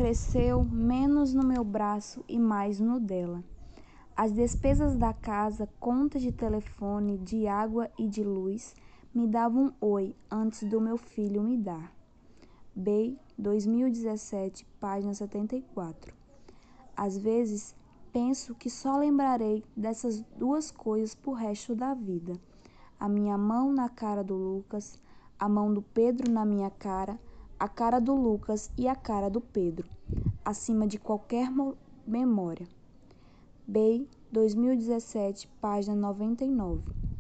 cresceu menos no meu braço e mais no dela. As despesas da casa, contas de telefone, de água e de luz me davam um oi antes do meu filho me dar. Bey, 2017, página 74. Às vezes, penso que só lembrarei dessas duas coisas pro resto da vida. A minha mão na cara do Lucas, a mão do Pedro na minha cara, a cara do Lucas e a cara do Pedro, acima de qualquer memória. Bey, 2017, página 99.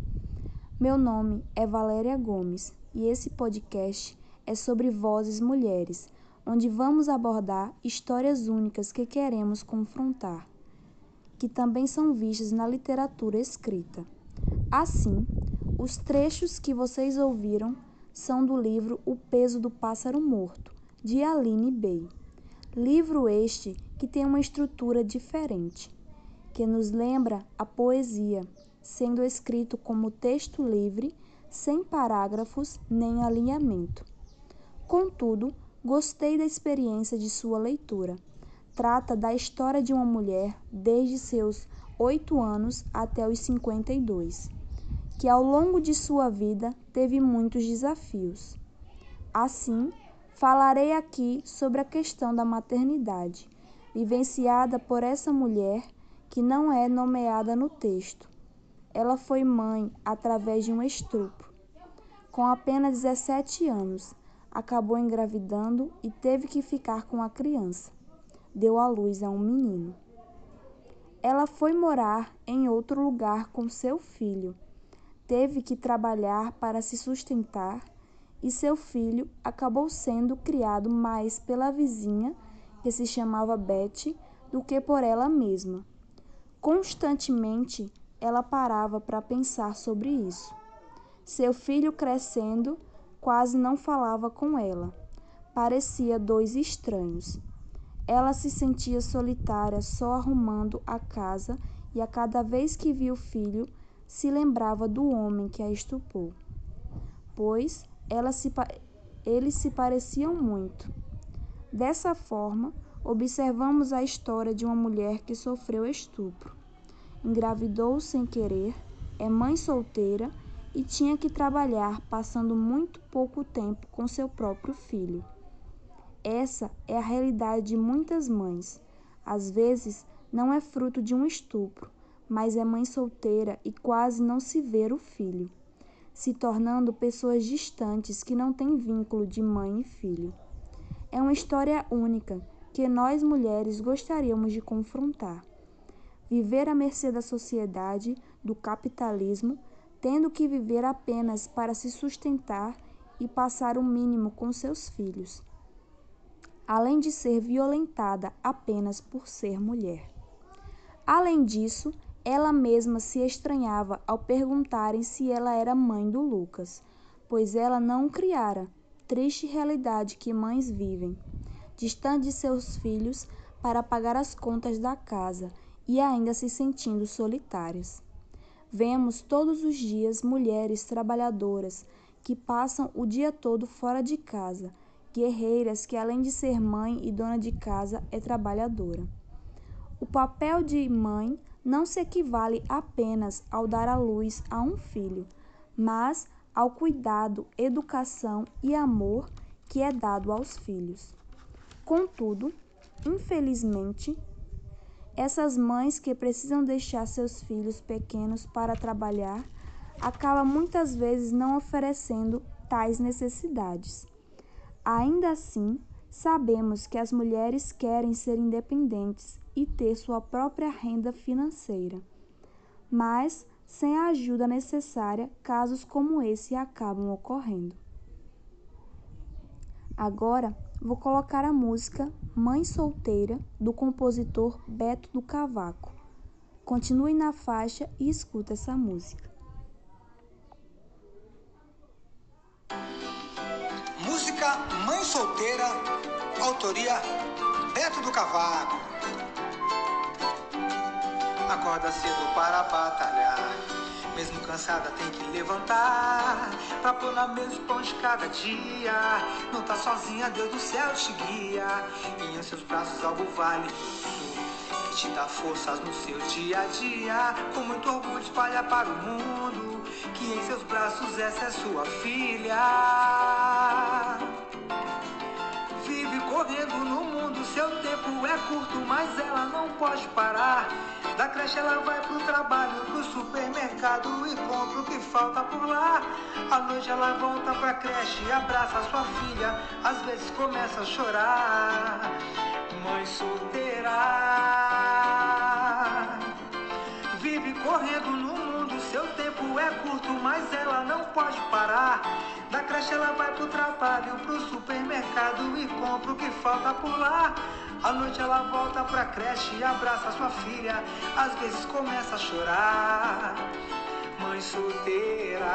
Meu nome é Valéria Gomes e esse podcast é sobre vozes mulheres, onde vamos abordar histórias únicas que queremos confrontar, que também são vistas na literatura escrita. Assim, os trechos que vocês ouviram são do livro O Peso do Pássaro Morto, de Aline Bey. Livro este que tem uma estrutura diferente, que nos lembra a poesia, sendo escrito como texto livre, sem parágrafos nem alinhamento. Contudo, gostei da experiência de sua leitura. Trata da história de uma mulher desde seus 8 anos até os 52, que ao longo de sua vida teve muitos desafios. Assim, falarei aqui sobre a questão da maternidade, vivenciada por essa mulher que não é nomeada no texto. Ela foi mãe através de um estupro. Com apenas 17 anos, acabou engravidando e teve que ficar com a criança. Deu à luz a um menino. Ela foi morar em outro lugar com seu filho. Teve que trabalhar para se sustentar e seu filho acabou sendo criado mais pela vizinha, que se chamava Betty, do que por ela mesma. Constantemente, ela parava para pensar sobre isso. Seu filho crescendo, quase não falava com ela. Parecia dois estranhos. Ela se sentia solitária só arrumando a casa e a cada vez que via o filho, se lembrava do homem que a estuprou. Pois eles se pareciam muito. Dessa forma, observamos a história de uma mulher que sofreu estupro. Engravidou sem querer, é mãe solteira e tinha que trabalhar passando muito pouco tempo com seu próprio filho. Essa é a realidade de muitas mães. Às vezes, não é fruto de um estupro, mas é mãe solteira e quase não se vê o filho, se tornando pessoas distantes que não têm vínculo de mãe e filho. É uma história única que nós mulheres gostaríamos de confrontar. Viver à mercê da sociedade, do capitalismo, tendo que viver apenas para se sustentar e passar o mínimo com seus filhos, além de ser violentada apenas por ser mulher. Além disso, ela mesma se estranhava ao perguntarem se ela era mãe do Lucas, pois ela não o criara, triste realidade que mães vivem, distante de seus filhos para pagar as contas da casa e ainda se sentindo solitárias. Vemos todos os dias mulheres trabalhadoras que passam o dia todo fora de casa, guerreiras que além de ser mãe e dona de casa é trabalhadora. O papel de mãe não se equivale apenas ao dar à luz a um filho, mas ao cuidado, educação e amor que é dado aos filhos. Contudo, infelizmente, essas mães que precisam deixar seus filhos pequenos para trabalhar acabam muitas vezes não oferecendo tais necessidades. Ainda assim, sabemos que as mulheres querem ser independentes e ter sua própria renda financeira, mas sem a ajuda necessária, casos como esse acabam ocorrendo. Agora, vou colocar a música Mãe Solteira, do compositor Beto do Cavaco. Continue na faixa e escuta essa música. Música Mãe Solteira, autoria Beto do Cavaco. Acorda cedo para batalhar, Mesmo cansada tem que levantar pra pôr na mesa o pão de cada dia. Não tá sozinha, Deus do céu te guia. E em seus braços algo vale tudo, que te dá forças no seu dia a dia. Com muito orgulho espalha para o mundo que em seus braços essa é sua filha. Vive correndo no mundo, seu tempo é curto, mas ela não pode parar. Da creche ela vai pro trabalho, pro supermercado e compra o que falta por lá. À noite ela volta pra creche e abraça sua filha, às vezes começa a chorar. Mãe solteira vive correndo no mundo, seu tempo é curto, mas ela não pode parar. Da creche ela vai pro trabalho, pro supermercado e compra o que falta por lá. À noite ela volta pra creche e abraça sua filha, às vezes começa a chorar. Mãe solteira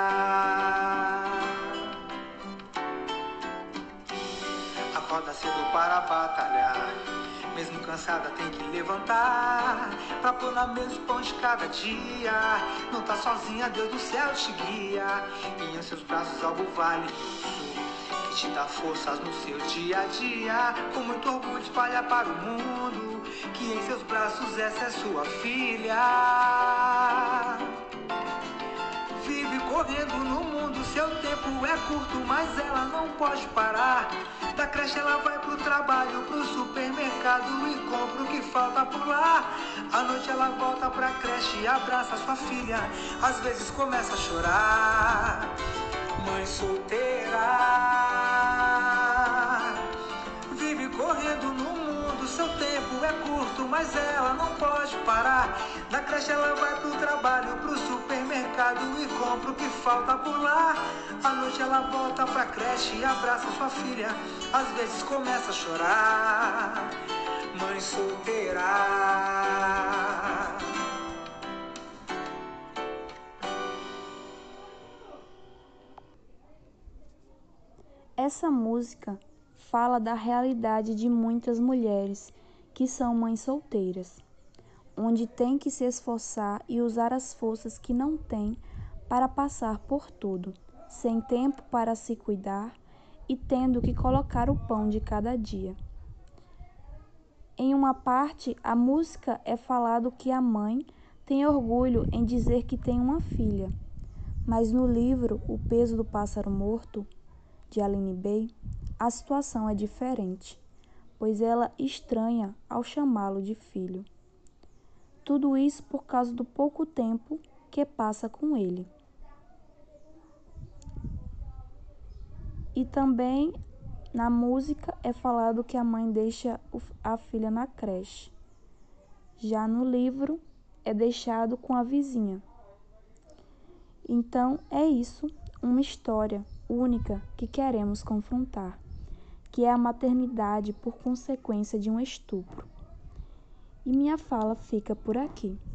acorda cedo para batalhar. Mesmo cansada tem que levantar pra pôr na mesa o pão de cada dia. Não tá sozinha, Deus do céu te guia. E em seus braços algo vale tudo, que te dá forças no seu dia a dia. Com muito orgulho espalha para o mundo que em seus braços essa é sua filha. Vive correndo no mundo, seu tempo é curto, mas ela não pode parar. Da creche ela vai pro trabalho, pro supermercado e compra o que falta por lá. À noite ela volta pra creche e abraça sua filha, às vezes começa a chorar. Mãe solteira vive correndo no mundo, seu tempo é curto, mas ela não pode parar. Da creche ela vai pro trabalho, pro supermercado e compra o que falta por lá. À noite ela volta pra creche e abraça sua filha, às vezes começa a chorar. Mãe solteira. Essa música fala da realidade de muitas mulheres que são mães solteiras, onde tem que se esforçar e usar as forças que não tem para passar por tudo, sem tempo para se cuidar e tendo que colocar o pão de cada dia. Em uma parte, a música é falado que a mãe tem orgulho em dizer que tem uma filha, mas no livro O Peso do Pássaro Morto, de Aline Bay, a situação é diferente, pois ela estranha ao chamá-lo de filho. Tudo isso por causa do pouco tempo que passa com ele. E também na música é falado que a mãe deixa a filha na creche. Já no livro é deixado com a vizinha. Então é isso, uma história única que queremos confrontar, que é a maternidade por consequência de um estupro. E minha fala fica por aqui.